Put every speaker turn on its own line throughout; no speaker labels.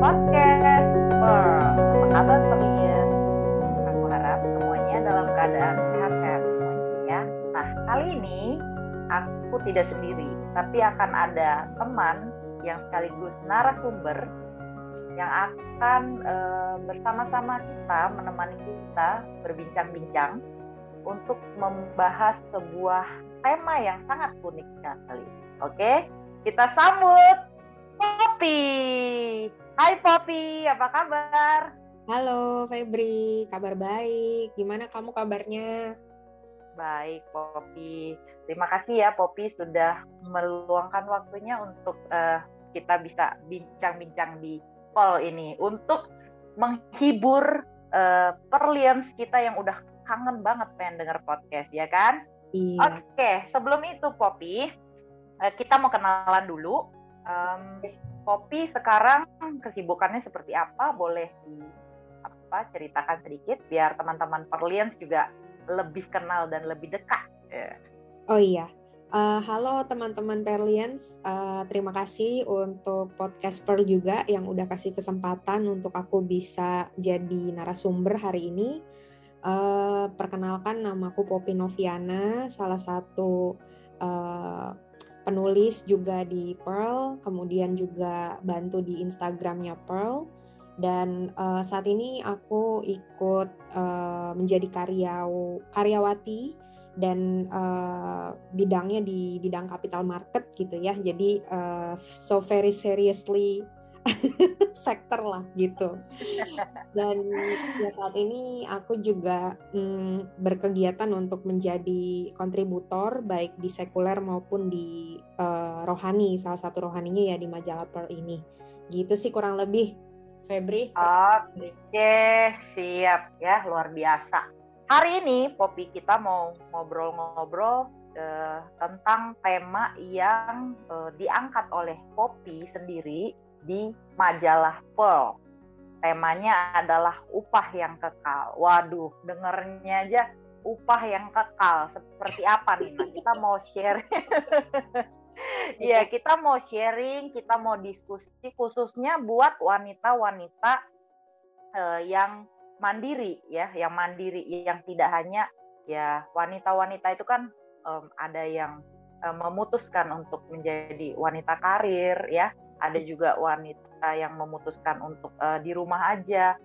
podcast Pearl. Apa kabar kalian? Aku harap semuanya dalam keadaan sehat-sehat semuanya ya. Nah, kali ini aku tidak sendiri, tapi akan ada teman yang sekaligus narasumber yang akan bersama-sama kita, menemani kita berbincang-bincang untuk membahas sebuah tema yang sangat unik sekali. Oke, kita sambut Poppy. Hai Poppy, apa kabar?
Halo Febri, kabar baik. Gimana kamu kabarnya?
Baik Poppy. Terima kasih ya Poppy sudah meluangkan waktunya untuk kita bisa bincang-bincang di call ini untuk menghibur Perlians kita yang udah kangen banget pengen denger podcast ya kan?
Iya.
Oke, sebelum itu Poppy, kita mau kenalan dulu. Poppy sekarang kesibukannya seperti apa? Boleh ceritakan sedikit biar teman-teman Perlians juga lebih kenal dan lebih dekat.
Oh iya. Halo teman-teman Perlians, terima kasih untuk podcast Pearl juga yang udah kasih kesempatan untuk aku bisa jadi narasumber hari ini. Perkenalkan, namaku Poppy Noviana, salah satu penulis juga di Pearl, kemudian juga bantu di Instagramnya Pearl. Dan saat ini aku ikut menjadi karyawati dan bidangnya di bidang capital market gitu ya. Jadi so very seriously sektor lah gitu. Dan ya saat ini aku juga berkegiatan untuk menjadi kontributor baik di sekuler maupun di rohani, salah satu rohaninya ya di majalah Pearl ini. Gitu sih kurang lebih, Febri.
Oke, siap ya, luar biasa. Hari ini Poppy kita mau ngobrol-ngobrol tentang tema yang diangkat oleh Poppy sendiri di majalah Pearl. Temanya adalah upah yang kekal. Waduh, dengernya aja upah yang kekal. Seperti apa nih? Nah, kita mau share. Ya, kita mau sharing, kita mau diskusi khususnya buat wanita-wanita yang mandiri ya, yang tidak hanya ya wanita-wanita itu kan ada yang memutuskan untuk menjadi wanita karir ya, ada juga wanita yang memutuskan untuk di rumah aja.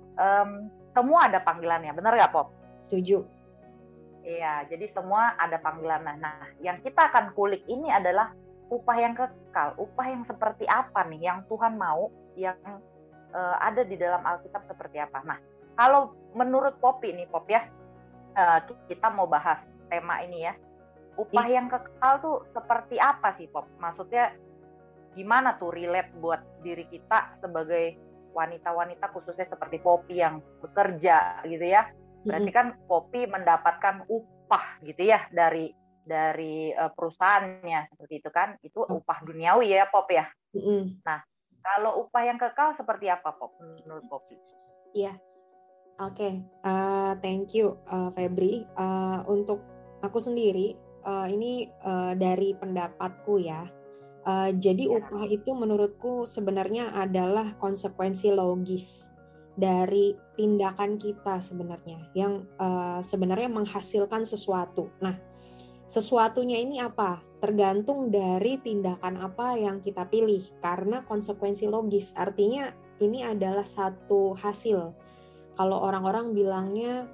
Semua ada panggilannya, benar nggak Pop?
Setuju.
Iya, jadi semua ada panggilan. Nah, yang kita akan kulik ini adalah upah yang kekal, upah yang seperti apa nih yang Tuhan mau, yang ada di dalam Alkitab seperti apa. Nah, kalau menurut Poppy nih Pop ya, kita mau bahas tema ini ya. Upah yang kekal tuh seperti apa sih Pop? Maksudnya gimana tuh relate buat diri kita sebagai wanita-wanita khususnya seperti Poppy yang bekerja gitu ya. Berarti kan Poppy mendapatkan upah gitu ya dari perusahaannya seperti itu kan. Itu upah duniawi ya Pop ya. Nah, kalau upah yang kekal seperti apa Pop menurut Poppy?
Iya. Oke, thank you Febri. Untuk aku sendiri ini dari pendapatku ya. Jadi upah itu menurutku sebenarnya adalah konsekuensi logis dari tindakan kita sebenarnya yang sebenarnya menghasilkan sesuatu. Nah, sesuatunya ini apa? Tergantung dari tindakan apa yang kita pilih karena konsekuensi logis. Artinya ini adalah satu hasil. Kalau orang-orang bilangnya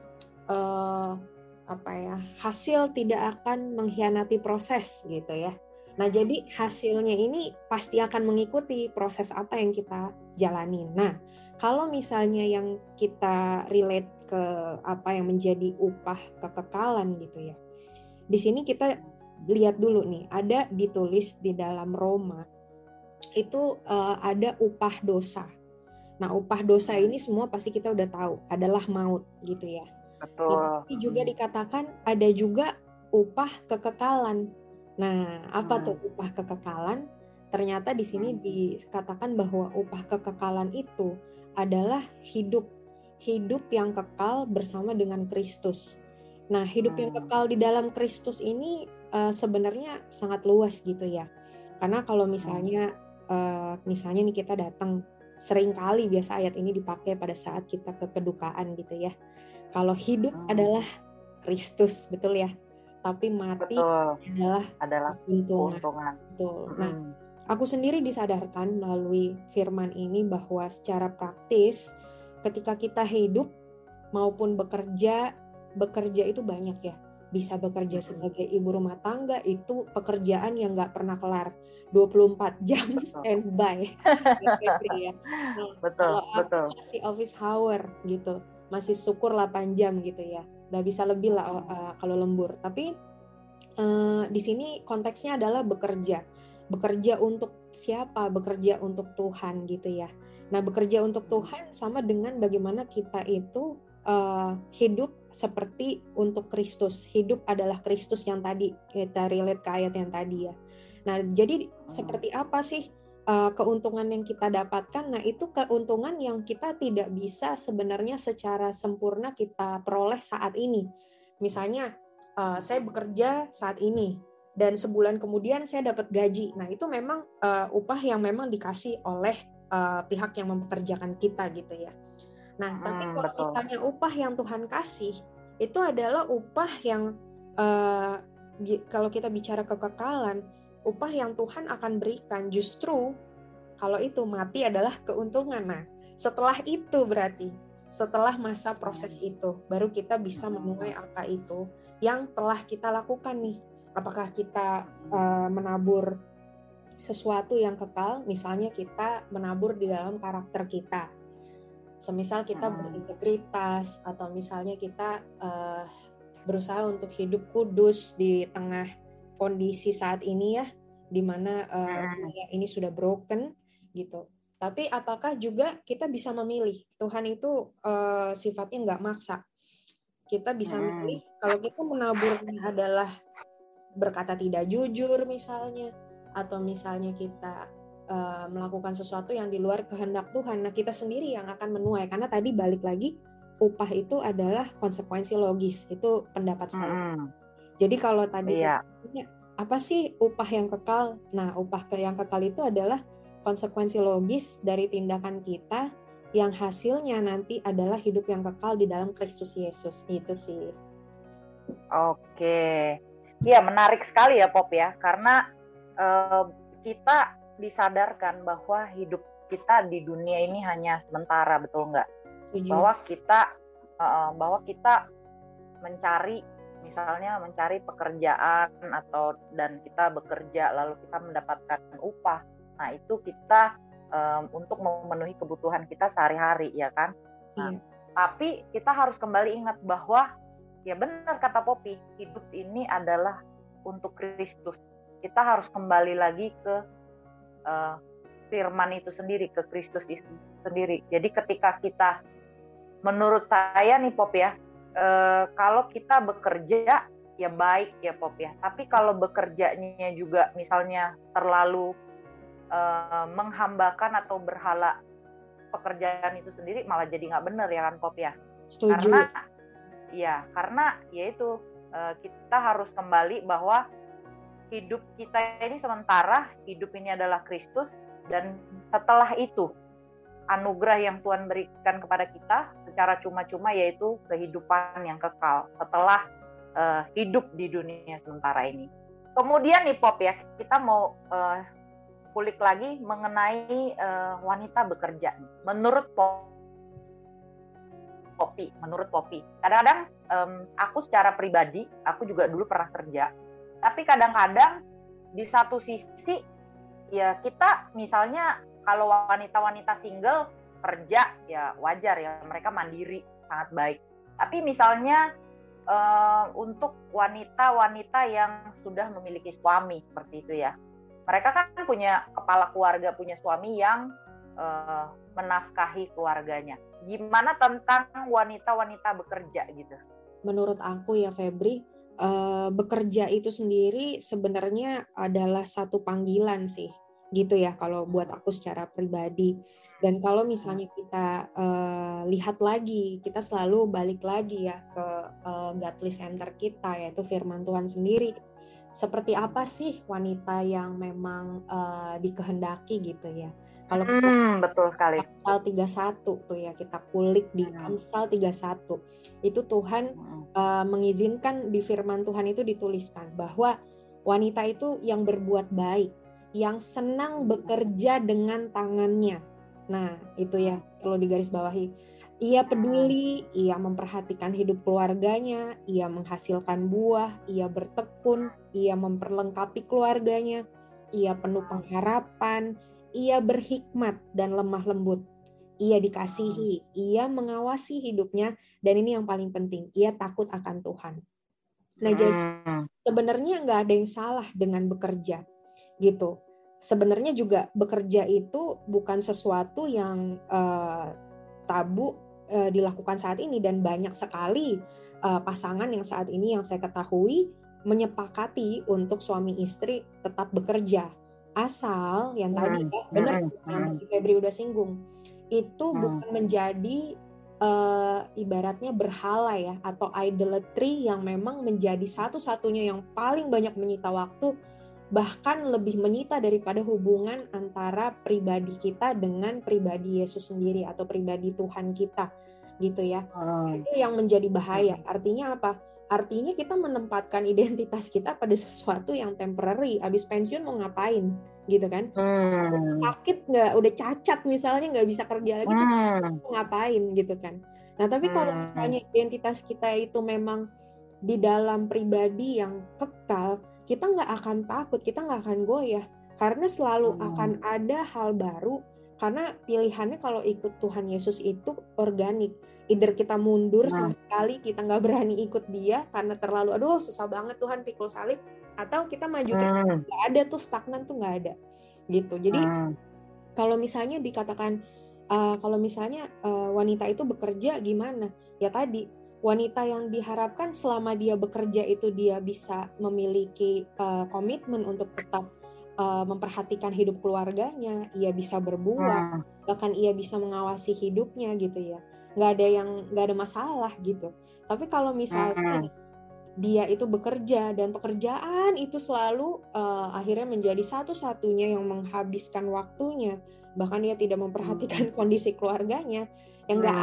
hasil tidak akan mengkhianati proses gitu ya. Nah, jadi hasilnya ini pasti akan mengikuti proses apa yang kita jalanin. Nah, kalau misalnya yang kita relate ke apa yang menjadi upah kekekalan gitu ya. Di sini kita lihat dulu nih, ada ditulis di dalam Roma itu ada upah dosa. Nah, upah dosa ini semua pasti kita udah tahu adalah maut gitu ya.
Betul.
Tapi juga dikatakan ada juga upah kekekalan. Nah, apa tuh upah kekekalan? Ternyata di sini dikatakan bahwa upah kekekalan itu adalah hidup yang kekal bersama dengan Kristus. Nah, hidup yang kekal di dalam Kristus ini sebenarnya sangat luas gitu ya. Karena kalau misalnya nih kita datang seringkali biasa ayat ini dipakai pada saat kita kedukaan gitu ya. Kalau hidup adalah Kristus, betul ya. Tapi mati adalah keuntungan. Betul. Nah, aku sendiri disadarkan melalui firman ini bahwa secara praktis ketika kita hidup maupun bekerja itu banyak ya. Bisa bekerja sebagai ibu rumah tangga, itu pekerjaan yang nggak pernah kelar. 24 jam standby. Ya. Nah, kalau aku masih office hour gitu, masih syukur 8 jam gitu ya. Udah bisa lebih lah kalau lembur. Tapi di sini konteksnya adalah bekerja. Bekerja untuk siapa? Bekerja untuk Tuhan gitu ya. Nah, bekerja untuk Tuhan sama dengan bagaimana kita itu hidup seperti untuk Kristus. Hidup adalah Kristus yang tadi kita relate ke ayat yang tadi ya. Nah, jadi seperti apa sih keuntungan yang kita dapatkan? Nah, itu keuntungan yang kita tidak bisa sebenarnya secara sempurna kita peroleh saat ini. Misalnya, saya bekerja saat ini dan sebulan kemudian saya dapat gaji. Nah, itu memang upah yang memang dikasih oleh pihak yang mempekerjakan kita gitu ya. Nah, tapi kalau misalnya upah yang Tuhan kasih, itu adalah upah yang kalau kita bicara kekekalan, upah yang Tuhan akan berikan. Justru kalau itu mati adalah keuntungan. Nah, setelah itu berarti, setelah masa proses itu, baru kita bisa menuai apa itu yang telah kita lakukan nih. Apakah kita menabur sesuatu yang kekal, misalnya kita menabur di dalam karakter kita. Semisal kita berintegritas, atau misalnya kita berusaha untuk hidup kudus di tengah kondisi saat ini ya, di mana dunia ini sudah broken gitu. Tapi apakah juga kita bisa memilih? Tuhan itu sifatnya nggak maksa. Kita bisa memilih kalau kita menaburnya adalah berkata tidak jujur misalnya, atau misalnya kita melakukan sesuatu yang di luar kehendak Tuhan. Nah, kita sendiri yang akan menuai, karena tadi balik lagi upah itu adalah konsekuensi logis. Itu pendapat saya. Jadi kalau tadi apa sih upah yang kekal? Nah, upah yang kekal itu adalah konsekuensi logis dari tindakan kita yang hasilnya nanti adalah hidup yang kekal di dalam Kristus Yesus. Itu sih.
Oke. Iya, menarik sekali ya Pop ya, karena kita disadarkan bahwa hidup kita di dunia ini hanya sementara, betul nggak? Bahwa kita mencari, misalnya mencari pekerjaan dan kita bekerja lalu kita mendapatkan upah. Nah, itu kita untuk memenuhi kebutuhan kita sehari-hari, ya kan? Nah, tapi kita harus kembali ingat bahwa ya benar kata Poppy, hidup ini adalah untuk Kristus. Kita harus kembali lagi ke firman itu sendiri, ke Kristus itu sendiri. Jadi ketika kita, menurut saya nih Pop ya, kalau kita bekerja ya baik ya Pop ya, tapi kalau bekerjanya juga misalnya terlalu menghambakan atau berhala pekerjaan itu sendiri, malah jadi nggak benar ya kan Pop ya.
Setuju.
Karena yaitu kita harus kembali bahwa hidup kita ini sementara, hidup ini adalah Kristus, dan setelah itu anugerah yang Tuhan berikan kepada kita secara cuma-cuma yaitu kehidupan yang kekal setelah hidup di dunia sementara ini. Kemudian nih Pop ya, kita mau kulik lagi mengenai wanita bekerja. Menurut Poppy, kadang-kadang aku secara pribadi, aku juga dulu pernah kerja. Tapi kadang-kadang di satu sisi ya kita misalnya kalau wanita-wanita single kerja ya wajar ya, mereka mandiri, sangat baik. Tapi misalnya untuk wanita-wanita yang sudah memiliki suami seperti itu ya, mereka kan punya kepala keluarga, punya suami yang menafkahi keluarganya. Gimana tentang wanita-wanita bekerja gitu?
Menurut aku ya Febri, bekerja itu sendiri sebenarnya adalah satu panggilan sih, gitu ya kalau buat aku secara pribadi. Dan kalau misalnya kita lihat lagi, kita selalu balik lagi ya ke godly center kita, yaitu firman Tuhan sendiri. seperti apa sih wanita yang memang dikehendaki gitu ya. Kalau kita
Betul sekali.
Amsal 31 tuh ya, kita kulik di Amsal 31. Itu Tuhan mengizinkan di firman Tuhan itu dituliskan bahwa wanita itu yang berbuat baik, yang senang bekerja dengan tangannya. Nah, itu ya perlu digarisbawahi. Ia peduli, ia memperhatikan hidup keluarganya, ia menghasilkan buah, ia bertekun, ia memperlengkapi keluarganya, ia penuh pengharapan, ia berhikmat dan lemah lembut. Ia dikasihi, ia mengawasi hidupnya, dan ini yang paling penting, ia takut akan Tuhan. Nah, jadi sebenarnya nggak ada yang salah dengan bekerja, gitu. Sebenarnya juga bekerja itu bukan sesuatu yang tabu dilakukan saat ini, dan banyak sekali pasangan yang saat ini yang saya ketahui menyepakati untuk suami istri tetap bekerja. Asal yang tadi ya, benar yang tadi Febri udah singgung, itu bukan menjadi ibaratnya berhala ya, atau idolatry yang memang menjadi satu-satunya yang paling banyak menyita waktu, bahkan lebih menyita daripada hubungan antara pribadi kita dengan pribadi Yesus sendiri atau pribadi Tuhan kita gitu ya. Itu yang menjadi bahaya. Artinya apa? Artinya kita menempatkan identitas kita pada sesuatu yang temporary. Abis pensiun mau ngapain gitu kan? Sakit nggak, udah cacat misalnya, nggak bisa kerja lagi, terus mau ngapain gitu kan? Nah tapi kalau misalnya identitas kita itu memang di dalam pribadi yang kekal, kita nggak akan takut, kita nggak akan goyah, karena selalu akan ada hal baru. Karena pilihannya kalau ikut Tuhan Yesus itu organik. Either kita mundur sama sekali, kita nggak berani ikut dia karena terlalu aduh susah banget Tuhan pikul salib, atau kita maju terus, nggak ada tuh, stagnan tuh nggak ada gitu. Jadi kalau misalnya dikatakan kalau misalnya wanita itu bekerja gimana? Ya tadi, wanita yang diharapkan selama dia bekerja itu dia bisa memiliki komitmen untuk tetap memperhatikan hidup keluarganya, ia bisa berbuah, bahkan ia bisa mengawasi hidupnya gitu ya. Nggak ada masalah gitu. Tapi kalau misalnya dia itu bekerja dan pekerjaan itu selalu akhirnya menjadi satu-satunya yang menghabiskan waktunya, bahkan dia tidak memperhatikan kondisi keluarganya, yang nggak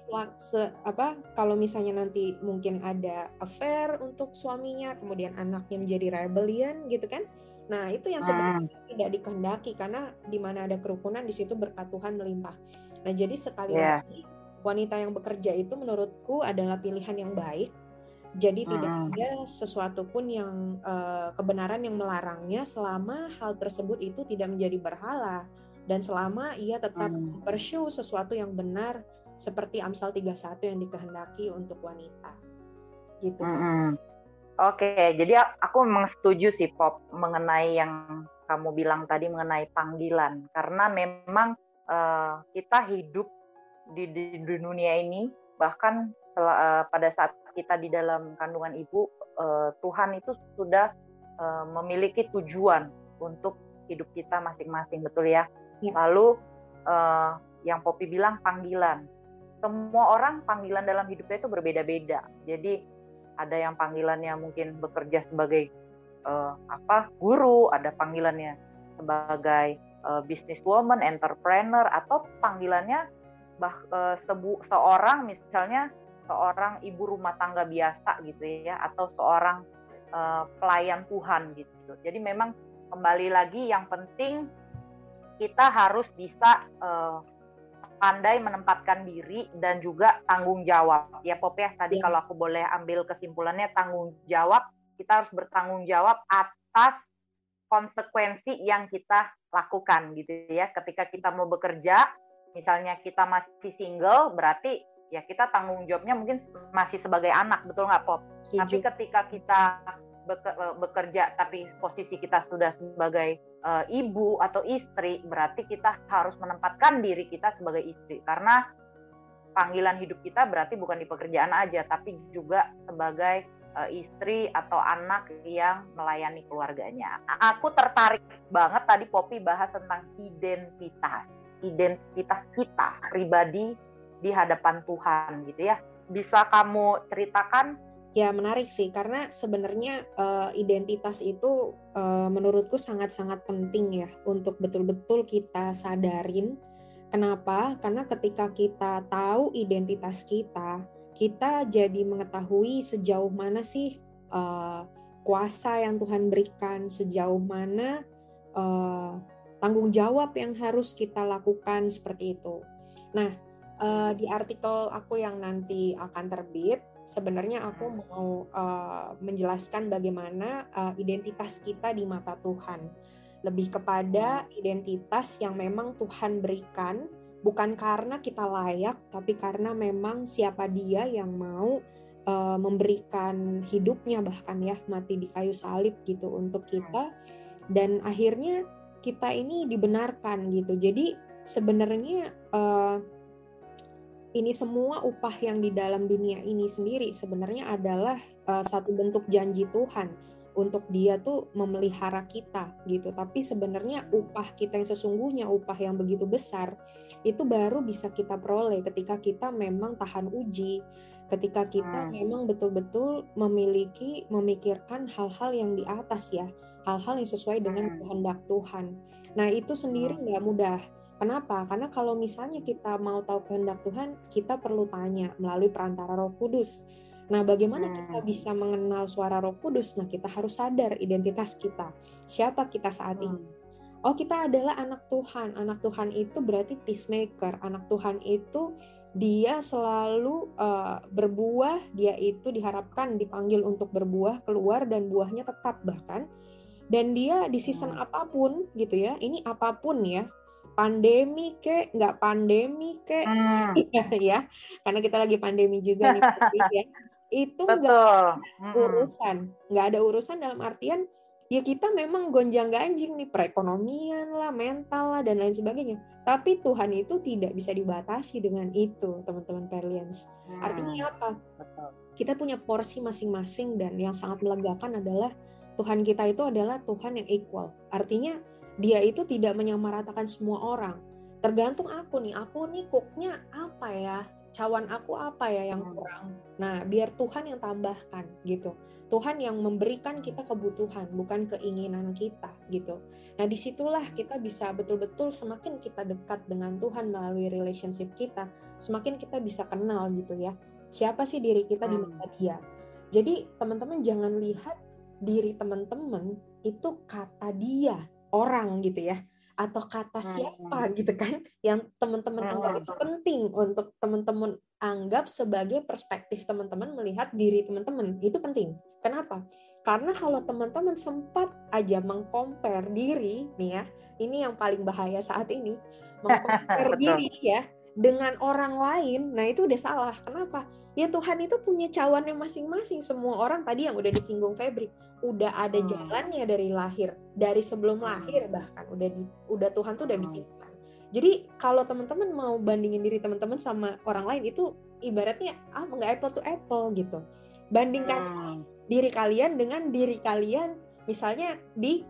ada kalau misalnya nanti mungkin ada affair untuk suaminya, kemudian anaknya menjadi rebellion gitu kan. Nah itu yang sebenarnya tidak dikehendaki, karena di mana ada kerukunan di situ berkat Tuhan melimpah. Nah jadi sekali lagi, wanita yang bekerja itu menurutku adalah pilihan yang baik. Jadi tidak ada sesuatu pun yang kebenaran yang melarangnya, selama hal tersebut itu tidak menjadi berhala, dan selama ia tetap pursue sesuatu yang benar seperti Amsal 31 yang dikehendaki untuk wanita. Gitu.
Oke, jadi aku memang setuju sih Pop mengenai yang kamu bilang tadi mengenai panggilan, karena memang kita hidup di dunia ini, bahkan pada saat kita di dalam kandungan ibu, Tuhan itu sudah memiliki tujuan untuk hidup kita masing-masing, betul ya? Lalu yang Poppy bilang panggilan, semua orang panggilan dalam hidupnya itu berbeda-beda. Jadi ada yang panggilannya mungkin bekerja sebagai guru, ada panggilannya sebagai businesswoman, entrepreneur, atau panggilannya seorang misalnya seorang ibu rumah tangga biasa gitu ya, atau seorang pelayan Tuhan gitu. Jadi memang kembali lagi yang penting kita harus bisa pandai menempatkan diri dan juga tanggung jawab. Ya Pop ya, tadi kalau aku boleh ambil kesimpulannya, tanggung jawab, kita harus bertanggung jawab atas konsekuensi yang kita lakukan gitu ya. Ketika kita mau bekerja, misalnya kita masih single, berarti ya kita tanggung jawabnya mungkin masih sebagai anak, betul nggak Pop? Tapi ketika kita bekerja tapi posisi kita sudah sebagai ibu atau istri, berarti kita harus menempatkan diri kita sebagai istri, karena panggilan hidup kita berarti bukan di pekerjaan aja, tapi juga sebagai istri atau anak yang melayani keluarganya. Aku tertarik banget tadi Poppy bahas tentang identitas kita pribadi di hadapan Tuhan gitu ya. Bisa kamu ceritakan
Ya menarik sih, karena sebenarnya identitas itu menurutku sangat-sangat penting ya untuk betul-betul kita sadarin. Kenapa? Karena ketika kita tahu identitas kita jadi mengetahui sejauh mana sih kuasa yang Tuhan berikan, sejauh mana tanggung jawab yang harus kita lakukan seperti itu. Nah, di artikel aku yang nanti akan terbit, sebenarnya aku mau menjelaskan bagaimana identitas kita di mata Tuhan. Lebih kepada identitas yang memang Tuhan berikan, bukan karena kita layak, tapi karena memang siapa Dia yang mau memberikan hidupnya, bahkan ya mati di kayu salib gitu untuk kita, dan akhirnya kita ini dibenarkan gitu. Jadi sebenarnya ini semua upah yang di dalam dunia ini sendiri sebenarnya adalah satu bentuk janji Tuhan untuk Dia tuh memelihara kita gitu. Tapi sebenarnya upah kita yang sesungguhnya, upah yang begitu besar, itu baru bisa kita peroleh ketika kita memang tahan uji, ketika kita memang betul-betul memikirkan hal-hal yang di atas ya, hal-hal yang sesuai dengan kehendak Tuhan. Nah itu sendiri nggak mudah. Kenapa? Karena kalau misalnya kita mau tahu kehendak Tuhan, kita perlu tanya melalui perantara Roh Kudus. Nah, bagaimana kita bisa mengenal suara Roh Kudus? Nah, kita harus sadar identitas kita. Siapa kita saat ini? Oh, kita adalah anak Tuhan. Anak Tuhan itu berarti peacemaker. Anak Tuhan itu dia selalu berbuah, dia itu diharapkan dipanggil untuk berbuah, keluar dan buahnya tetap bahkan. Dan dia di season apapun gitu ya, ini apapun ya, pandemi kek, nggak pandemi kek, ya, karena kita lagi pandemi juga nih, ya, itu nggak ada urusan dalam artian ya kita memang gonjang-ganjing nih perekonomian lah, mental lah dan lain sebagainya. Tapi Tuhan itu tidak bisa dibatasi dengan itu, teman-teman Perlians. Artinya apa? Kita punya porsi masing-masing dan yang sangat melegakan adalah Tuhan kita itu adalah Tuhan yang equal. Artinya Dia itu tidak menyamaratakan semua orang. Tergantung aku nih cooknya apa ya, cawan aku apa ya yang kurang. Nah, biar Tuhan yang tambahkan gitu. Tuhan yang memberikan kita kebutuhan, bukan keinginan kita gitu. Nah, disitulah kita bisa betul-betul semakin kita dekat dengan Tuhan melalui relationship kita, semakin kita bisa kenal gitu ya. Siapa sih diri kita di mata Dia? Jadi, teman-teman jangan lihat diri teman-teman itu kata dia, orang gitu ya, atau kata siapa gitu kan, yang teman-teman anggap itu penting untuk teman-teman anggap sebagai perspektif teman-teman melihat diri teman-teman, itu penting. Kenapa? Karena kalau teman-teman sempat aja mengcompare diri nih ya, ini yang paling bahaya saat ini, mengcompare diri ya dengan orang lain, nah itu udah salah. Kenapa? Ya Tuhan itu punya cawannya masing-masing. Semua orang tadi yang udah disinggung Febri, udah ada jalannya dari lahir, dari sebelum lahir bahkan udah Tuhan tuh udah bikinkan. Jadi kalau teman-teman mau bandingin diri teman-teman sama orang lain itu ibaratnya nggak apple to apple gitu. Bandingkan diri kalian dengan diri kalian misalnya di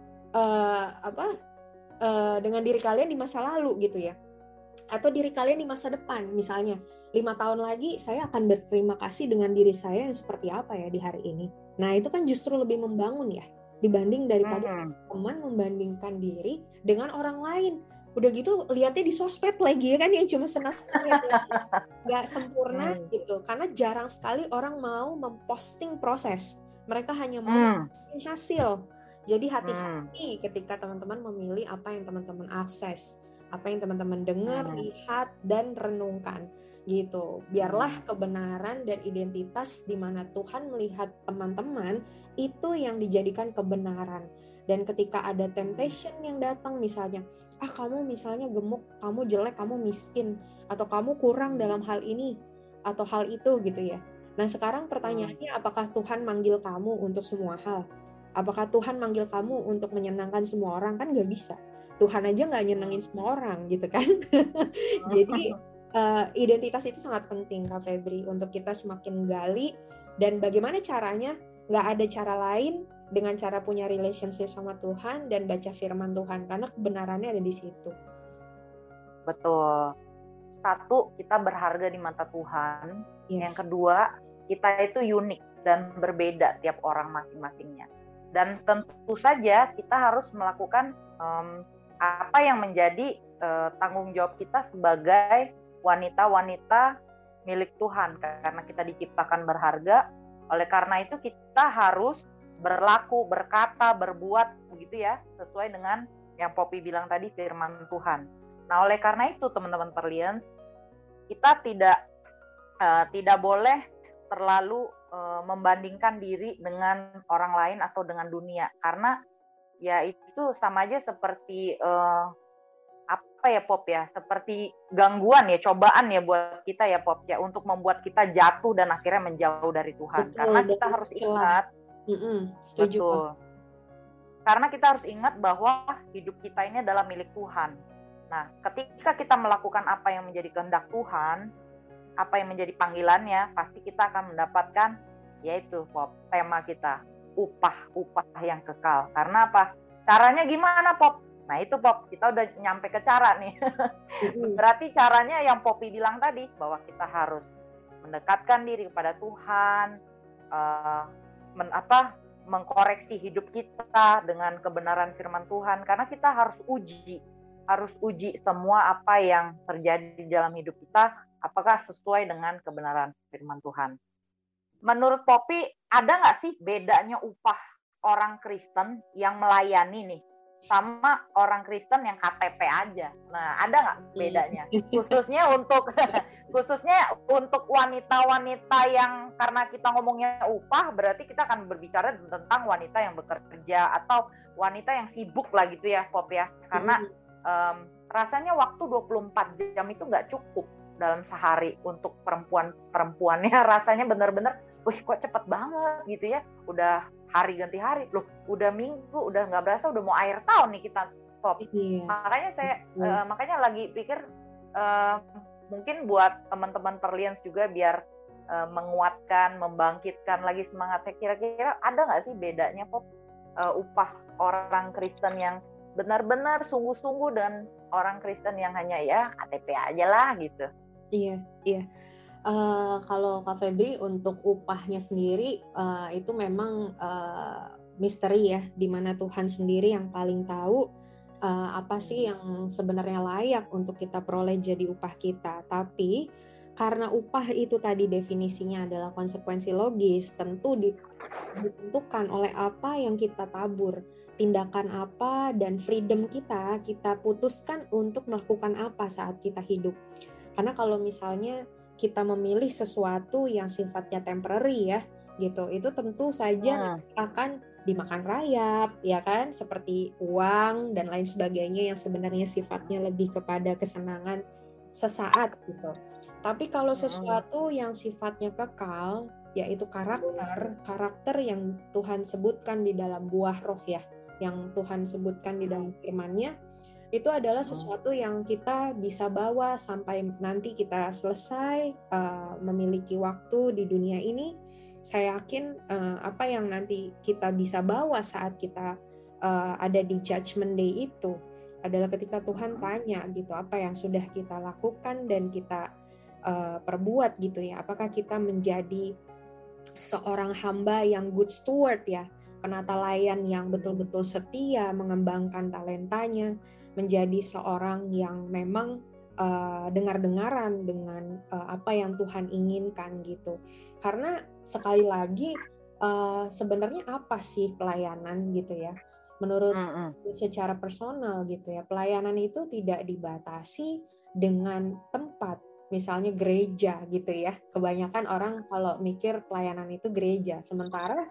dengan diri kalian di masa lalu gitu ya. Atau diri kalian di masa depan, misalnya 5 tahun lagi saya akan berterima kasih dengan diri saya yang seperti apa ya di hari ini. Nah itu kan justru lebih membangun ya, dibanding daripada teman membandingkan diri dengan orang lain. Udah gitu lihatnya di sosmed lagi ya kan, yang cuma senang-senang nggak sempurna gitu. Karena jarang sekali orang mau memposting proses, mereka hanya mau memposting hasil. Jadi hati-hati ketika teman-teman memilih apa yang teman-teman akses, apa yang teman-teman dengar, lihat, dan renungkan gitu. Biarlah kebenaran dan identitas di mana Tuhan melihat teman-teman itu yang dijadikan kebenaran. Dan ketika ada temptation yang datang misalnya, kamu misalnya gemuk, kamu jelek, kamu miskin, atau kamu kurang dalam hal ini atau hal itu gitu ya. Nah sekarang pertanyaannya, apakah Tuhan manggil kamu untuk semua hal? Apakah Tuhan manggil kamu untuk menyenangkan semua orang? Kan nggak bisa. Tuhan aja nggak nyenengin semua orang gitu kan. Jadi identitas itu sangat penting Kak Febri untuk kita semakin gali. Dan bagaimana caranya? Nggak ada cara lain dengan cara punya relationship sama Tuhan dan baca firman Tuhan, karena kebenarannya ada di situ.
Betul. Satu, kita berharga di mata Tuhan. Yes. Yang kedua, kita itu unik. dan berbeda tiap orang masing-masingnya. Dan tentu saja kita harus melakukan apa yang menjadi tanggung jawab kita sebagai wanita-wanita milik Tuhan, karena kita diciptakan berharga. Oleh karena itu kita harus berlaku, berkata, berbuat begitu ya, sesuai dengan yang Poppy bilang tadi, firman Tuhan. Nah, oleh karena itu teman-teman Perlians, kita tidak boleh terlalu membandingkan diri dengan orang lain atau dengan dunia, karena ya itu sama aja seperti apa ya Pop ya, seperti gangguan ya, cobaan ya buat kita ya Pop ya, untuk membuat kita jatuh dan akhirnya menjauh dari Tuhan. Betul, karena kita harus ingat,
setuju.
Betul. Karena kita harus ingat bahwa hidup kita ini adalah milik Tuhan. Nah, ketika kita melakukan apa yang menjadi kehendak Tuhan, apa yang menjadi panggilannya, pasti kita akan mendapatkan, yaitu Pop, tema kita, upah yang kekal. Karena apa? Caranya gimana Pop? Nah itu Pop, kita udah nyampe ke cara nih. Berarti caranya yang Poppy bilang tadi, bahwa kita harus mendekatkan diri kepada Tuhan, mengkoreksi hidup kita dengan kebenaran firman Tuhan, karena kita harus uji semua apa yang terjadi di dalam hidup kita, apakah sesuai dengan kebenaran firman Tuhan. Menurut Poppy, ada nggak sih bedanya upah orang Kristen yang melayani nih sama orang Kristen yang KTP aja? Nah, ada nggak bedanya? Khususnya untuk wanita-wanita yang, karena kita ngomongnya upah, berarti kita akan berbicara tentang wanita yang bekerja atau wanita yang sibuk lah gitu ya, Pop ya. Karena rasanya waktu 24 jam itu nggak cukup dalam sehari untuk perempuannya. Rasanya benar-benar, wih kok cepet banget gitu ya. Udah hari ganti hari, loh udah minggu, udah nggak berasa udah mau akhir tahun nih kita Pop. Iya. Makanya makanya lagi pikir mungkin buat teman-teman Perlians juga biar menguatkan, membangkitkan lagi semangatnya. Kira-kira ada nggak sih bedanya Pop upah orang Kristen yang benar-benar sungguh-sungguh dan orang Kristen yang hanya ya KTP aja lah gitu?
Iya. Kalau Kak Febri untuk upahnya sendiri itu memang misteri ya, di mana Tuhan sendiri yang paling tahu apa sih yang sebenarnya layak untuk kita peroleh jadi upah kita. Tapi karena upah itu tadi definisinya adalah konsekuensi logis, tentu ditentukan oleh apa yang kita tabur, tindakan apa, dan freedom kita putuskan untuk melakukan apa saat kita hidup. Karena kalau misalnya kita memilih sesuatu yang sifatnya temporary ya, gitu, itu tentu saja akan dimakan rayap, ya kan, seperti uang dan lain sebagainya yang sebenarnya sifatnya lebih kepada kesenangan sesaat gitu. Tapi kalau sesuatu yang sifatnya kekal, yaitu karakter yang Tuhan sebutkan di dalam buah roh ya, yang Tuhan sebutkan di dalam firman-Nya, itu adalah sesuatu yang kita bisa bawa sampai nanti kita selesai memiliki waktu di dunia ini. Saya yakin apa yang nanti kita bisa bawa saat kita ada di Judgment Day itu adalah ketika Tuhan tanya gitu, apa yang sudah kita lakukan dan kita perbuat gitu ya. Apakah kita menjadi seorang hamba yang good steward ya, penatalayan yang betul-betul setia, mengembangkan talentanya, menjadi seorang yang memang dengar-dengaran dengan apa yang Tuhan inginkan gitu. Karena sekali lagi sebenarnya apa sih pelayanan gitu ya? Menurut secara personal gitu ya, pelayanan itu tidak dibatasi dengan tempat. Misalnya gereja gitu ya. Kebanyakan orang kalau mikir pelayanan itu gereja. Sementara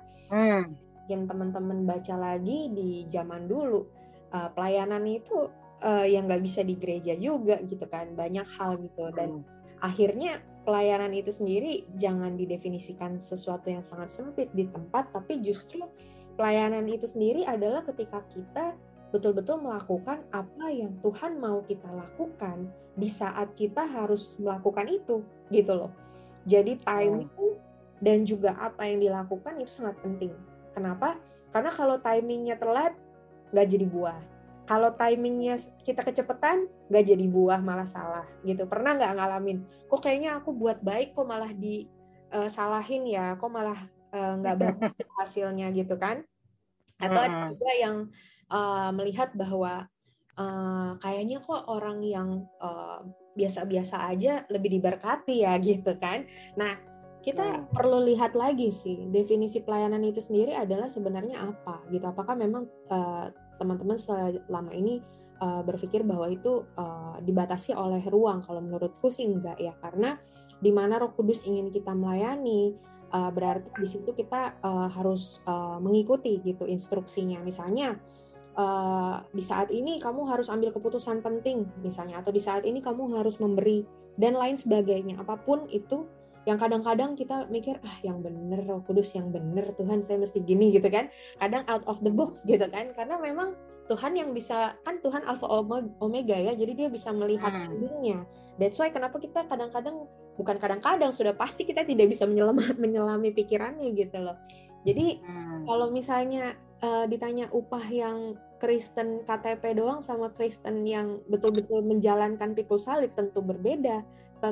yang teman-teman baca lagi di zaman dulu, pelayanan itu yang nggak bisa di gereja juga gitu kan. Banyak hal gitu. Dan akhirnya pelayanan itu sendiri jangan didefinisikan sesuatu yang sangat sempit di tempat, tapi justru pelayanan itu sendiri adalah ketika kita betul-betul melakukan apa yang Tuhan mau kita lakukan di saat kita harus melakukan itu gitu loh. Jadi timing dan juga apa yang dilakukan itu sangat penting. Kenapa? Karena kalau timingnya telat nggak jadi buah. Kalau timingnya kita kecepatan nggak jadi buah, malah salah gitu. Pernah nggak ngalamin? Kok kayaknya aku buat baik kok malah disalahin ya? Kok malah nggak bagus hasilnya gitu kan. Atau ada juga yang melihat bahwa kayaknya kok orang yang biasa-biasa aja lebih diberkati ya gitu kan. Nah, kita perlu lihat lagi sih definisi pelayanan itu sendiri adalah sebenarnya apa gitu. Apakah memang teman-teman selama ini berpikir bahwa itu dibatasi oleh ruang? Kalau menurutku sih enggak ya, karena di mana Roh Kudus ingin kita melayani, berarti di situ kita harus mengikuti gitu instruksinya. Misalnya di saat ini kamu harus ambil keputusan penting misalnya, atau di saat ini kamu harus memberi dan lain sebagainya. Apapun itu yang kadang-kadang kita mikir yang bener Roh Kudus, yang bener Tuhan, saya mesti gini gitu kan. Kadang out of the box gitu kan, karena memang Tuhan yang bisa, kan Tuhan Alpha Omega ya, jadi dia bisa melihat endingnya. That's why kenapa kita kadang-kadang, bukan kadang-kadang, sudah pasti kita tidak bisa menyelami pikirannya gitu loh. Jadi kalau misalnya ditanya upah yang Kristen KTP doang sama Kristen yang betul-betul menjalankan pikul salib, tentu berbeda,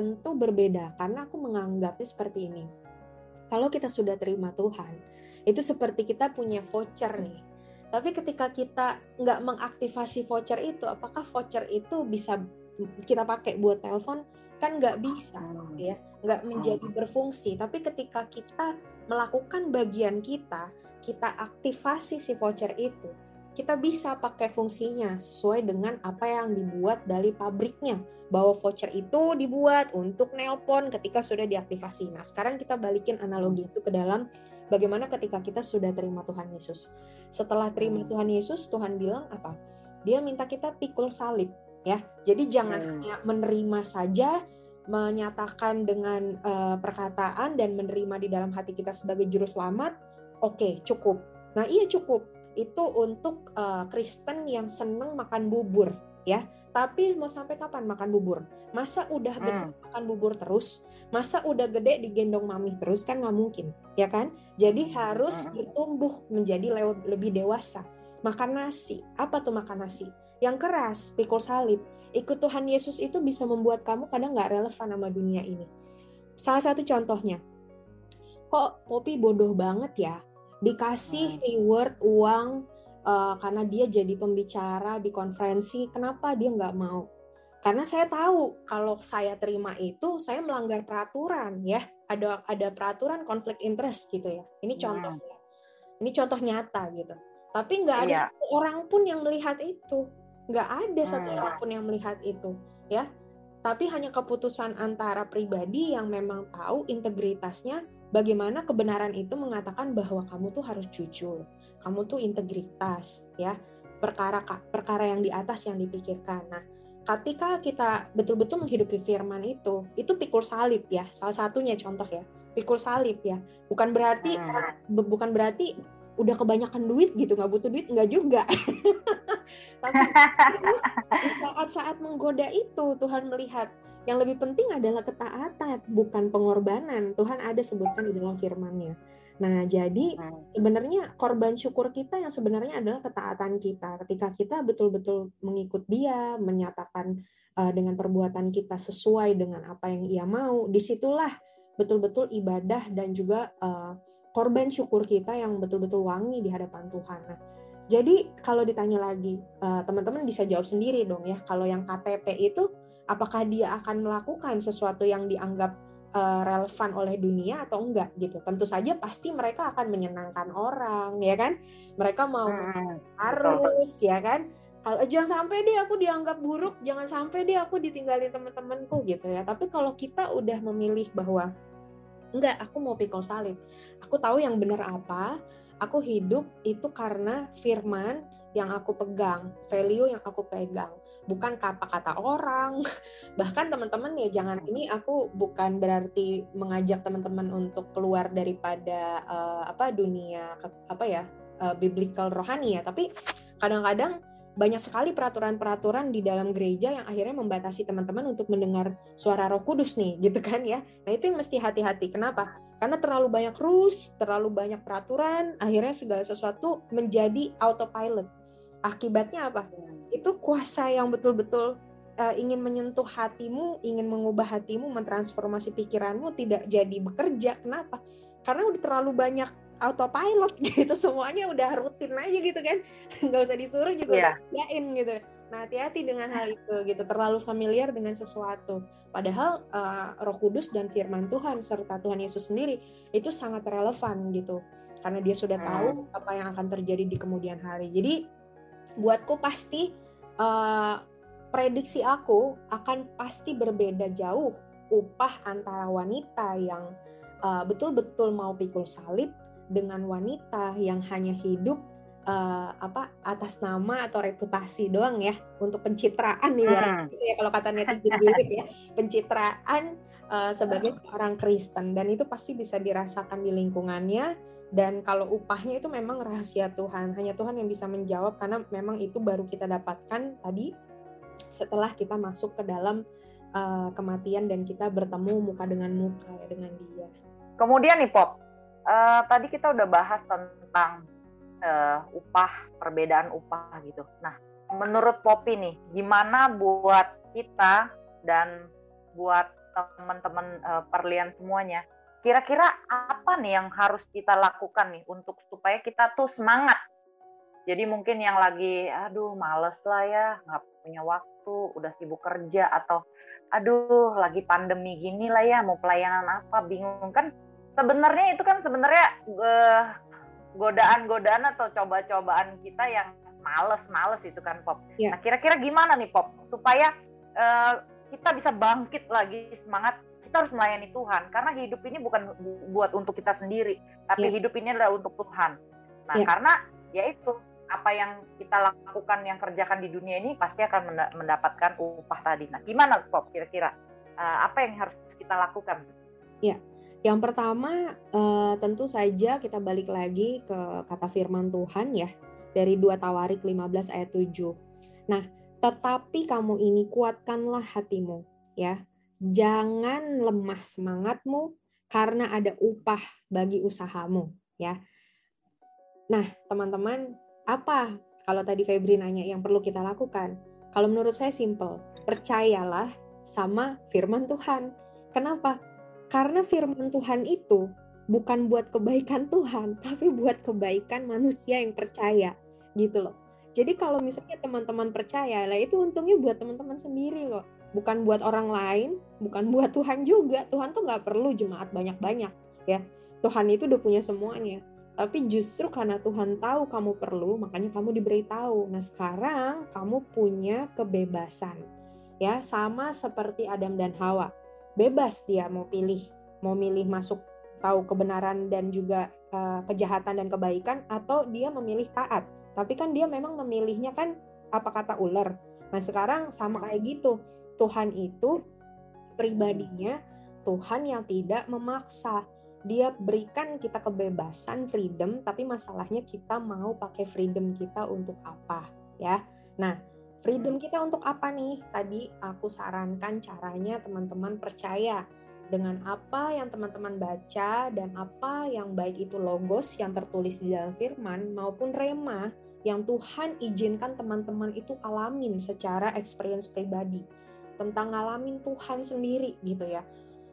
karena aku menganggapnya seperti ini. Kalau kita sudah terima Tuhan, itu seperti kita punya voucher nih. Tapi ketika kita nggak mengaktifasi voucher itu, apakah voucher itu bisa kita pakai buat telepon? Kan nggak bisa, ya, nggak menjadi berfungsi. Tapi ketika kita melakukan bagian kita aktifasi si voucher itu, kita bisa pakai fungsinya sesuai dengan apa yang dibuat dari pabriknya, bahwa voucher itu dibuat untuk nelpon ketika sudah diaktifasi. Nah, sekarang kita balikin analogi itu ke dalam bagaimana ketika kita sudah terima Tuhan Yesus. Setelah terima Tuhan Yesus, Tuhan bilang apa? Dia minta kita pikul salib, ya. Jadi jangan hanya menerima saja, menyatakan dengan perkataan dan menerima di dalam hati kita sebagai juru selamat. Oke, cukup. Nah, iya cukup. Itu untuk Kristen yang seneng makan bubur, ya. Tapi mau sampai kapan makan bubur? Masa udah gede makan bubur terus? Masa udah gede digendong mami terus? Kan nggak mungkin, ya kan? Jadi harus bertumbuh menjadi lebih dewasa. Makan nasi. Apa tuh makan nasi? Yang keras, pikul salib. Ikut Tuhan Yesus itu bisa membuat kamu kadang nggak relevan sama dunia ini. Salah satu contohnya, kok Poppy bodoh banget ya? Dikasih reward uang karena dia jadi pembicara di konferensi, kenapa dia nggak mau? Karena saya tahu kalau saya terima itu, saya melanggar peraturan ya. Ada peraturan konflik interest gitu ya. Ini contohnya. Ini contoh nyata gitu. Tapi nggak ada satu orang pun yang melihat itu. Nggak ada satu orang pun yang melihat itu, ya. Tapi hanya keputusan antara pribadi yang memang tahu integritasnya, bagaimana kebenaran itu mengatakan bahwa kamu tuh harus jujur, kamu tuh integritas, ya. Perkara yang di atas yang dipikirkan. Nah, ketika kita betul-betul menghidupi firman itu pikul salib ya, salah satunya contoh ya, pikul salib ya. Bukan berarti udah kebanyakan duit gitu, nggak butuh duit, nggak juga. Tapi di saat-saat menggoda itu Tuhan melihat yang lebih penting adalah ketaatan, bukan pengorbanan. Tuhan ada sebutkan di dalam firman-Nya. Nah, jadi sebenarnya korban syukur kita yang sebenarnya adalah ketaatan kita. Ketika kita betul-betul mengikut Dia, menyatakan dengan perbuatan kita sesuai dengan apa yang Ia mau, disitulah betul-betul ibadah dan juga korban syukur kita yang betul-betul wangi di hadapan Tuhan. Nah, jadi kalau ditanya lagi, teman-teman bisa jawab sendiri dong ya. Kalau yang KTP itu, apakah dia akan melakukan sesuatu yang dianggap relevan oleh dunia atau enggak gitu? Tentu saja pasti mereka akan menyenangkan orang, ya kan? Mereka mau harus, ya kan? Kalau jangan sampai deh aku dianggap buruk, jangan sampai deh aku ditinggalin teman-temanku gitu ya. Tapi kalau kita udah memilih bahwa enggak, aku mau pikul salib. Aku tahu yang benar apa. Aku hidup itu karena firman yang aku pegang, value yang aku pegang, bukan kata-kata orang. Bahkan teman-teman ya, jangan, ini aku bukan berarti mengajak teman-teman untuk keluar daripada dunia biblical rohani ya, tapi kadang-kadang banyak sekali peraturan-peraturan di dalam gereja yang akhirnya membatasi teman-teman untuk mendengar suara Roh Kudus nih, gitu kan ya. Nah, itu yang mesti hati-hati. Kenapa? Karena terlalu banyak rules, terlalu banyak peraturan, akhirnya segala sesuatu menjadi autopilot. Akibatnya apa? Itu kuasa yang betul-betul ingin menyentuh hatimu, ingin mengubah hatimu, mentransformasi pikiranmu tidak jadi bekerja. Kenapa? karena udah terlalu banyak autopilot gitu, semuanya udah rutin aja gitu kan, nggak usah disuruh juga udah kerjain gitu. Nah, hati-hati dengan hal itu gitu, terlalu familiar dengan sesuatu. Padahal Roh Kudus dan firman Tuhan serta Tuhan Yesus sendiri itu sangat relevan gitu, karena dia sudah tahu apa yang akan terjadi di kemudian hari. Jadi buatku pasti prediksi aku akan pasti berbeda jauh upah antara wanita yang betul-betul mau pikul salib dengan wanita yang hanya hidup atas nama atau reputasi doang ya, untuk pencitraan nih gitu ya, kalau kata netizen gitu ya, pencitraan sebagai orang Kristen, dan itu pasti bisa dirasakan di lingkungannya. Dan kalau upahnya itu memang rahasia Tuhan, hanya Tuhan yang bisa menjawab, karena memang itu baru kita dapatkan tadi setelah kita masuk ke dalam kematian dan kita bertemu muka dengan muka ya dengan Dia.
Kemudian nih Pop, tadi kita udah bahas tentang upah, perbedaan upah gitu. Nah, menurut Poppy nih, gimana buat kita dan buat teman-teman perlian semuanya, kira-kira apa nih yang harus kita lakukan nih untuk supaya kita tuh semangat? Jadi mungkin yang lagi, aduh males lah ya, nggak punya waktu, udah sibuk kerja, atau aduh lagi pandemi gini lah ya, mau pelayanan apa, bingung kan. Sebenarnya itu kan godaan-godaan atau coba-cobaan kita yang males itu kan Pop. Nah kira-kira gimana nih Pop supaya kita bisa bangkit lagi semangat, kita harus melayani Tuhan, karena hidup ini bukan buat untuk kita sendiri, tapi hidup ini adalah untuk Tuhan. Nah karena yaitu apa yang kita lakukan, yang kerjakan di dunia ini pasti akan mendapatkan upah tadi. Nah gimana Pop kira-kira apa yang harus kita lakukan?
Ya, yang pertama tentu saja kita balik lagi ke kata firman Tuhan ya, dari 2 Tawarik 15 ayat 7. Nah, tetapi kamu ini kuatkanlah hatimu ya. Jangan lemah semangatmu karena ada upah bagi usahamu ya. Nah, teman-teman, apa kalau tadi Febri nanya yang perlu kita lakukan? Kalau menurut saya simple, percayalah sama firman Tuhan. Kenapa? Karena firman Tuhan itu bukan buat kebaikan Tuhan, tapi buat kebaikan manusia yang percaya, gitu loh. Jadi kalau misalnya teman-teman percaya, lah itu untungnya buat teman-teman sendiri loh. Bukan buat orang lain, bukan buat Tuhan juga. Tuhan tuh nggak perlu jemaat banyak-banyak, ya. Tuhan itu udah punya semuanya. Tapi justru karena Tuhan tahu kamu perlu, makanya kamu diberitahu. Nah sekarang kamu punya kebebasan, ya, sama seperti Adam dan Hawa. Bebas dia mau milih masuk tahu kebenaran dan juga kejahatan dan kebaikan, atau dia memilih taat. Tapi kan dia memang memilihnya kan apa kata ular. Nah sekarang sama kayak gitu, Tuhan itu pribadinya Tuhan yang tidak memaksa. Dia berikan kita kebebasan, freedom, tapi masalahnya kita mau pakai freedom kita untuk apa ya. Nah freedom kita untuk apa nih? Tadi aku sarankan caranya teman-teman percaya dengan apa yang teman-teman baca, dan apa yang baik itu logos yang tertulis di dalam firman maupun rema yang Tuhan izinkan teman-teman itu alamin secara experience pribadi tentang ngalamin Tuhan sendiri gitu ya.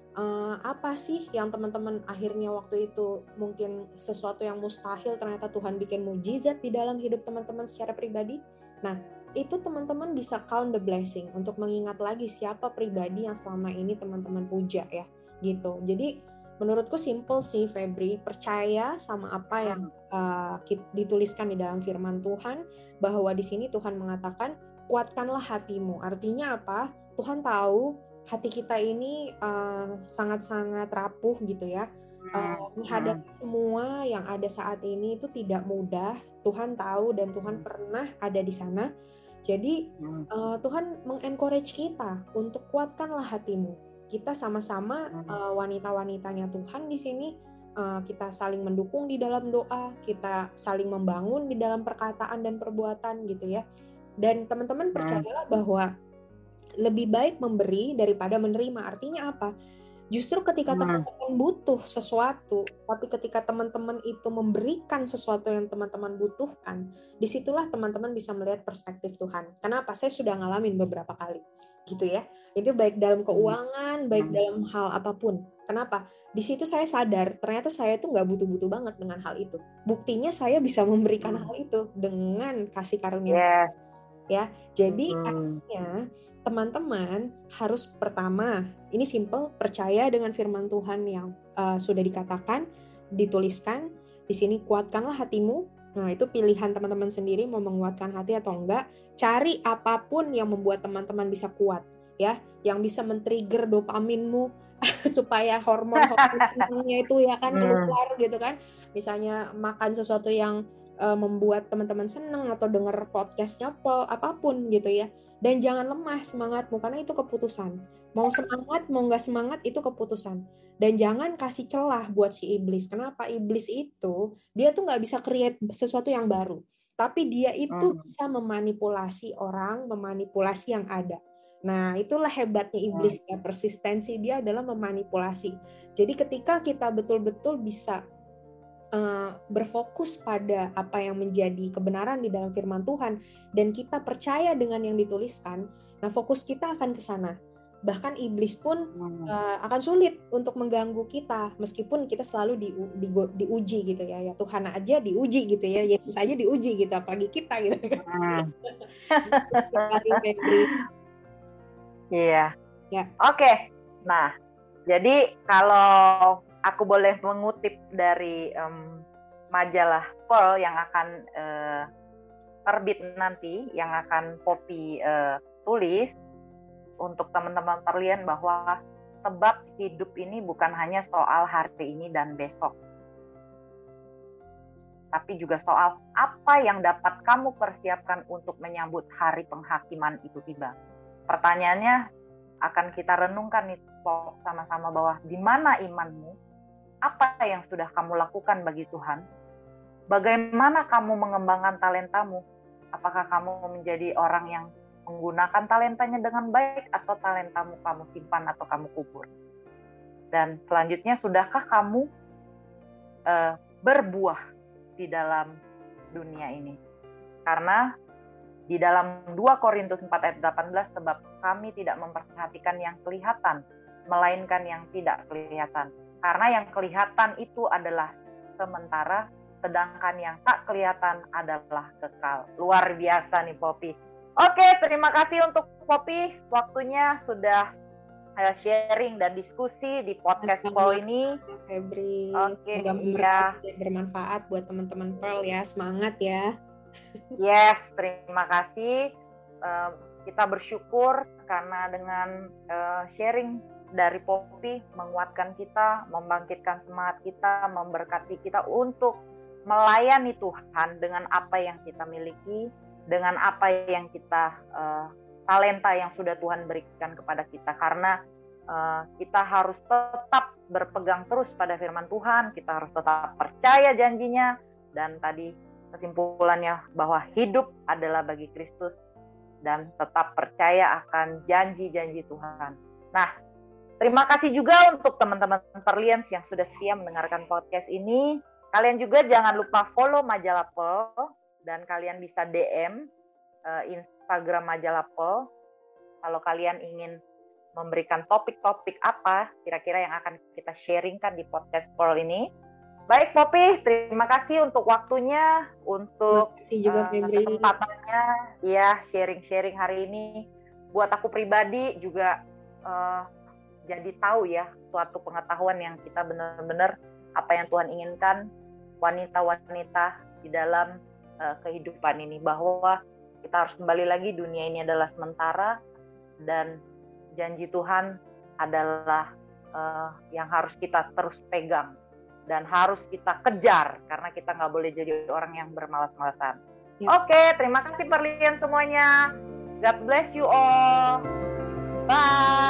Apa sih yang teman-teman akhirnya waktu itu mungkin sesuatu yang mustahil, ternyata Tuhan bikin mujizat di dalam hidup teman-teman secara pribadi. Nah itu teman-teman bisa count the blessing untuk mengingat lagi siapa pribadi yang selama ini teman-teman puja ya gitu. Jadi menurutku simple sih Febri, percaya sama apa yang dituliskan di dalam firman Tuhan, bahwa di sini Tuhan mengatakan kuatkanlah hatimu. Artinya apa? Tuhan tahu hati kita ini sangat-sangat rapuh gitu ya. Menghadapi semua yang ada saat ini itu tidak mudah. Tuhan tahu dan Tuhan pernah ada di sana. Jadi Tuhan mengencourage kita untuk kuatkanlah hatimu. Kita sama-sama wanita-wanitanya Tuhan di sini, kita saling mendukung di dalam doa, kita saling membangun di dalam perkataan dan perbuatan gitu ya. Dan teman-teman percayalah bahwa lebih baik memberi daripada menerima. Artinya apa? Justru ketika teman-teman butuh sesuatu, tapi ketika teman-teman itu memberikan sesuatu yang teman-teman butuhkan, disitulah teman-teman bisa melihat perspektif Tuhan. Kenapa? Saya sudah ngalamin beberapa kali, gitu ya. Itu baik dalam keuangan, baik dalam hal apapun. Kenapa? Di situ saya sadar ternyata saya tuh nggak butuh-butuh banget dengan hal itu. Buktinya saya bisa memberikan hal itu dengan kasih karunia. Ya, jadi artinya teman-teman harus pertama, ini simple, percaya dengan firman Tuhan yang sudah dikatakan, dituliskan. Di sini kuatkanlah hatimu. Nah, itu pilihan teman-teman sendiri mau menguatkan hati atau enggak. Cari apapun yang membuat teman-teman bisa kuat, ya, yang bisa men-trigger dopaminmu supaya hormon-hormonnya itu ya kan keluar gitu kan. Misalnya makan sesuatu yang membuat teman-teman senang atau dengar podcastnya apapun gitu ya. Dan jangan lemah semangatmu karena itu keputusan. Mau semangat, mau nggak semangat itu keputusan. Dan jangan kasih celah buat si iblis. Kenapa? Iblis itu dia tuh nggak bisa create sesuatu yang baru. Tapi dia itu bisa memanipulasi orang, memanipulasi yang ada. Nah, itulah hebatnya iblis ya, persistensi dia adalah memanipulasi. Jadi ketika kita betul-betul bisa berfokus pada apa yang menjadi kebenaran di dalam firman Tuhan dan kita percaya dengan yang dituliskan, nah fokus kita akan ke sana. Bahkan iblis pun akan sulit untuk mengganggu kita meskipun kita selalu diuji gitu ya. Ya Tuhan aja diuji gitu ya, Yesus aja diuji gitu, apalagi kita gitu kan.
Iya. Ya. Oke. Nah, jadi kalau aku boleh mengutip dari majalah Pearl yang akan terbit nanti, yang akan Poppy tulis untuk teman-teman Perlian, bahwa sebab hidup ini bukan hanya soal hari ini dan besok, tapi juga soal apa yang dapat kamu persiapkan untuk menyambut hari penghakiman itu tiba. Pertanyaannya akan kita renungkan nih sama-sama, bahwa di mana imanmu? Apa yang sudah kamu lakukan bagi Tuhan? Bagaimana kamu mengembangkan talentamu? Apakah kamu menjadi orang yang menggunakan talentanya dengan baik, atau talentamu kamu simpan atau kamu kubur? Dan selanjutnya, sudahkah kamu berbuah di dalam dunia ini? Karena di dalam 2 Korintus 4 ayat 18, sebab kami tidak memperhatikan yang kelihatan, melainkan yang tidak kelihatan. Karena yang kelihatan itu adalah sementara, sedangkan yang tak kelihatan adalah kekal. Luar biasa nih Poppy. Oke, terima kasih untuk Poppy. Waktunya sudah sharing dan diskusi di podcast Pearl ini.
Febri.
Oke, iya.
Bermanfaat buat teman-teman Pearl ya. Semangat ya.
Yes, terima kasih. Kita bersyukur karena dengan sharing dari Poppy menguatkan kita, membangkitkan semangat kita, memberkati kita untuk melayani Tuhan dengan apa yang kita miliki, dengan apa yang kita talenta yang sudah Tuhan berikan kepada kita. Karena kita harus tetap berpegang terus pada firman Tuhan, kita harus tetap percaya janjinya, dan tadi kesimpulannya bahwa hidup adalah bagi Kristus, dan tetap percaya akan janji-janji Tuhan. Nah, terima kasih juga untuk teman-teman Perlians yang sudah setia mendengarkan podcast ini. Kalian juga jangan lupa follow majalah Pearl, dan kalian bisa DM Instagram majalah Pearl kalau kalian ingin memberikan topik-topik apa kira-kira yang akan kita sharingkan di podcast Pearl ini. Baik Poppy, terima kasih untuk waktunya, untuk kesempatannya, ya sharing-sharing hari ini. Buat aku pribadi juga jadi tahu ya suatu pengetahuan yang kita benar-benar apa yang Tuhan inginkan wanita-wanita di dalam kehidupan ini, bahwa kita harus kembali lagi, dunia ini adalah sementara dan janji Tuhan adalah yang harus kita terus pegang dan harus kita kejar, karena kita nggak boleh jadi orang yang bermalas-malasan. Ya. Oke, terima kasih Perlian semuanya. God bless you all. Bye.